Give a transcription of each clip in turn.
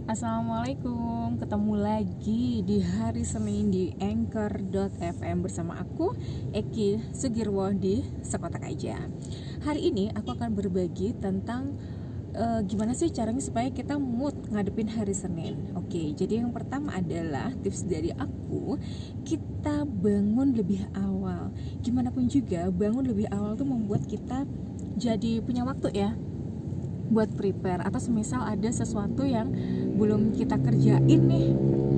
Assalamualaikum, ketemu lagi di hari Senin di Anchor.fm bersama aku Eki Sugirwo di Sekotak Aja. Hari ini aku akan berbagi tentang gimana sih caranya supaya kita mood ngadepin hari Senin. Oke, jadi yang pertama adalah tips dari aku, kita bangun lebih awal. Gimana pun juga bangun lebih awal tuh membuat kita jadi punya waktu ya buat prepare, atau semisal ada sesuatu yang belum kita kerjain nih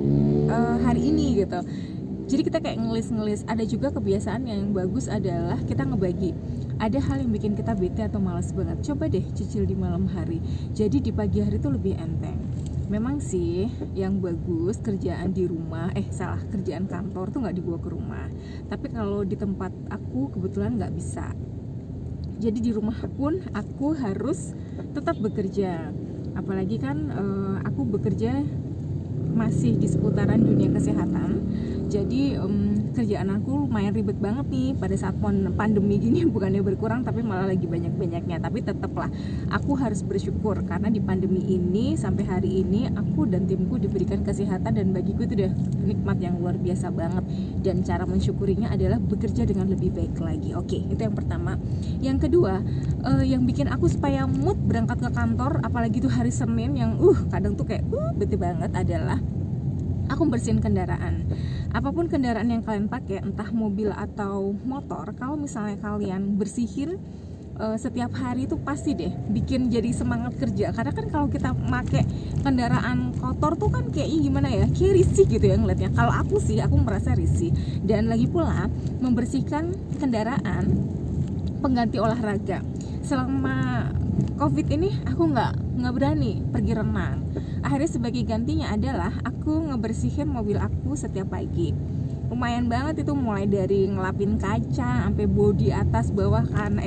hari ini gitu. Jadi kita kayak ngelis. Ada juga kebiasaan yang bagus adalah kita ngebagi. Ada hal yang bikin kita bete atau malas banget, coba deh cicil di malam hari. Jadi di pagi hari tuh lebih enteng. Memang sih yang bagus kerjaan di rumah, kerjaan kantor tuh nggak dibawa ke rumah. Tapi kalau di tempat aku kebetulan nggak bisa. Jadi di rumah pun aku harus tetap bekerja. Apalagi kan aku bekerja masih di seputaran dunia kesehatan. Jadi kerjaan aku lumayan ribet banget nih pada saat pandemi gini. Bukannya berkurang tapi malah lagi banyak-banyaknya. Tapi tetaplah aku harus bersyukur karena di pandemi ini sampai hari ini aku dan timku diberikan kesehatan, dan bagiku itu udah nikmat yang luar biasa banget. Dan cara mensyukurinya adalah bekerja dengan lebih baik lagi. Oke, itu yang pertama. Yang kedua, yang bikin aku supaya mood berangkat ke kantor, apalagi itu hari Senin yang kadang tuh kayak bete banget, adalah aku bersihin kendaraan. Apapun kendaraan yang kalian pakai, entah mobil atau motor, kalau misalnya kalian bersihin setiap hari itu pasti deh bikin jadi semangat kerja. Karena kan kalau kita pakai kendaraan kotor tuh kan kayaknya gimana ya, kayak risih gitu ya ngeliatnya. Kalau aku merasa risih. Dan lagi pula membersihkan kendaraan pengganti olahraga. Selama COVID ini aku nggak berani pergi renang. Akhirnya sebagai gantinya adalah aku ngebersihin mobil aku setiap pagi. Lumayan banget itu, mulai dari ngelapin kaca sampai bodi atas bawah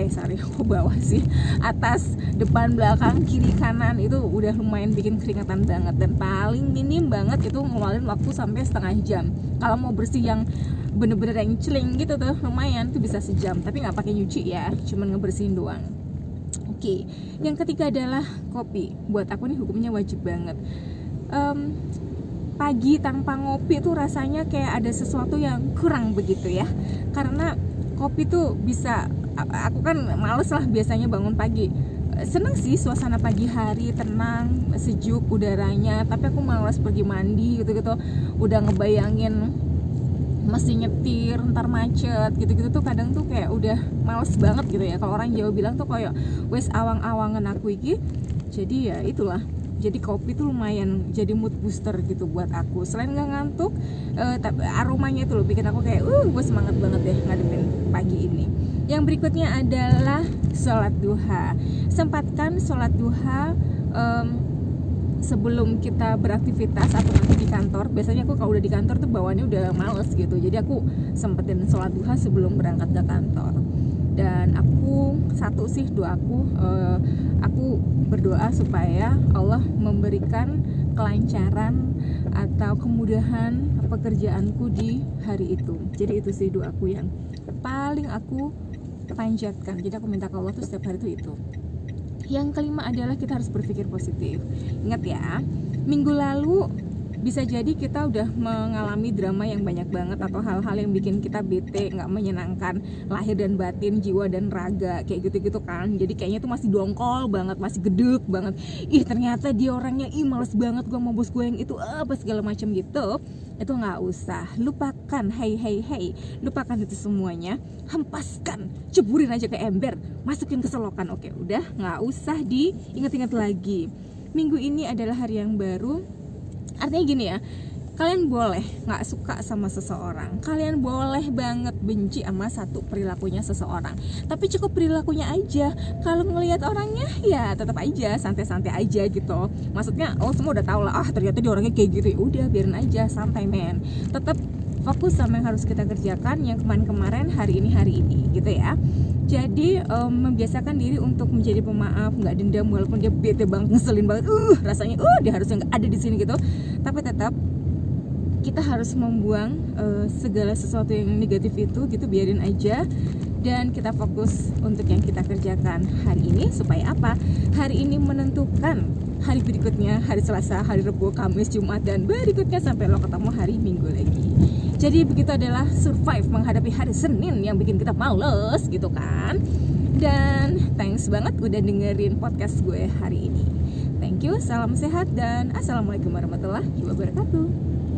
atas depan belakang kiri kanan, itu udah lumayan bikin keringetan banget. Dan paling minim banget itu ngeluarin waktu sampai setengah jam. Kalau mau bersih yang bener-bener yang celing gitu tuh lumayan tuh bisa sejam, tapi nggak pakai nyuci ya, cuman ngebersihin doang. Oke, yang ketiga adalah kopi. Buat aku nih hukumnya wajib banget. Pagi tanpa ngopi tuh rasanya kayak ada sesuatu yang kurang begitu ya. Karena kopi tuh bisa, aku kan males lah biasanya bangun pagi. Seneng sih suasana pagi hari, tenang, sejuk udaranya, tapi aku malas pergi mandi gitu-gitu. Udah ngebayangin mesti nyetir, ntar macet gitu-gitu tuh kadang tuh kayak udah males banget gitu ya. Kalau orang Jawa bilang tuh kayak wes awang-awangan aku iki. Jadi ya itulah. Jadi kopi tuh lumayan jadi mood booster gitu buat aku. Selain nggak ngantuk, tapi aromanya itu loh bikin aku kayak gue semangat banget deh ngadepin pagi ini. Yang berikutnya adalah sholat duha. Sempatkan sholat duha sebelum kita beraktivitas atau nanti di kantor. Biasanya aku kalau udah di kantor tuh bawaannya udah males gitu. Jadi aku sempetin sholat duha sebelum berangkat ke kantor. Dan aku doaku, aku berdoa supaya Allah memberikan kelancaran atau kemudahan pekerjaanku di hari itu. Jadi itu sih doaku yang paling aku panjatkan. Jadi aku minta ke Allah tuh setiap hari itu. Yang kelima adalah kita harus berpikir positif. Ingat ya, minggu lalu bisa jadi kita udah mengalami drama yang banyak banget, atau hal-hal yang bikin kita bete, gak menyenangkan lahir dan batin, jiwa dan raga, kayak gitu-gitu kan. Jadi kayaknya tuh masih dongkol banget, masih gedek banget. Ternyata dia orangnya males banget, gue mau bos gue yang itu apa segala macam gitu. Itu gak usah, lupakan, hey, lupakan itu semuanya, hempaskan, ceburin aja ke ember, masukin ke selokan. Oke, udah gak usah diingat-ingat lagi. Minggu ini adalah hari yang baru. Artinya gini ya, kalian boleh gak suka sama seseorang, kalian boleh banget benci sama satu perilakunya seseorang, tapi cukup perilakunya aja. Kalau ngelihat orangnya ya tetap aja santai-santai aja gitu. Maksudnya semua udah tahu lah, ternyata dia orangnya kayak gitu, ya udah biarin aja, santai men. Tetap fokus sama yang harus kita kerjakan, yang kemarin-kemarin, hari ini gitu ya. Jadi membiasakan diri untuk menjadi pemaaf, nggak dendam walaupun dia bete banget, ngeselin banget, rasanya dia harusnya nggak ada di sini gitu. Tapi tetap kita harus membuang segala sesuatu yang negatif itu gitu, biarin aja. dan kita fokus untuk yang kita kerjakan hari ini. Supaya apa? Hari ini menentukan hari berikutnya, hari Selasa, hari Rabu, Kamis, Jumat, dan berikutnya sampai lo ketemu hari Minggu lagi. Jadi begitu adalah survive menghadapi hari Senin yang bikin kita males gitu kan. Dan thanks banget udah dengerin podcast gue hari ini. Thank you, salam sehat, dan assalamualaikum warahmatullahi wabarakatuh.